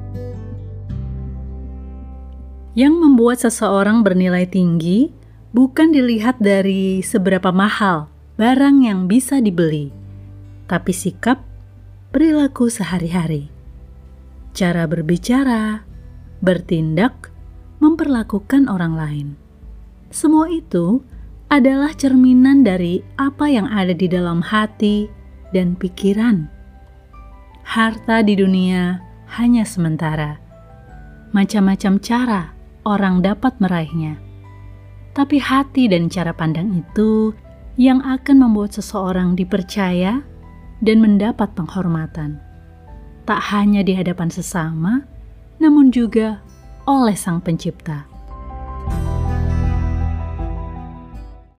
Yang membuat seseorang bernilai tinggi bukan dilihat dari seberapa mahal barang yang bisa dibeli, tapi sikap, perilaku sehari-hari, cara berbicara, bertindak, memperlakukan orang lain. Semua itu adalah cerminan dari apa yang ada di dalam hati dan pikiran. Harta di dunia hanya sementara. Macam-macam cara orang dapat meraihnya. Tapi hati dan cara pandang itu yang akan membuat seseorang dipercaya dan mendapat penghormatan. Tak hanya di hadapan sesama, namun juga oleh Sang Pencipta.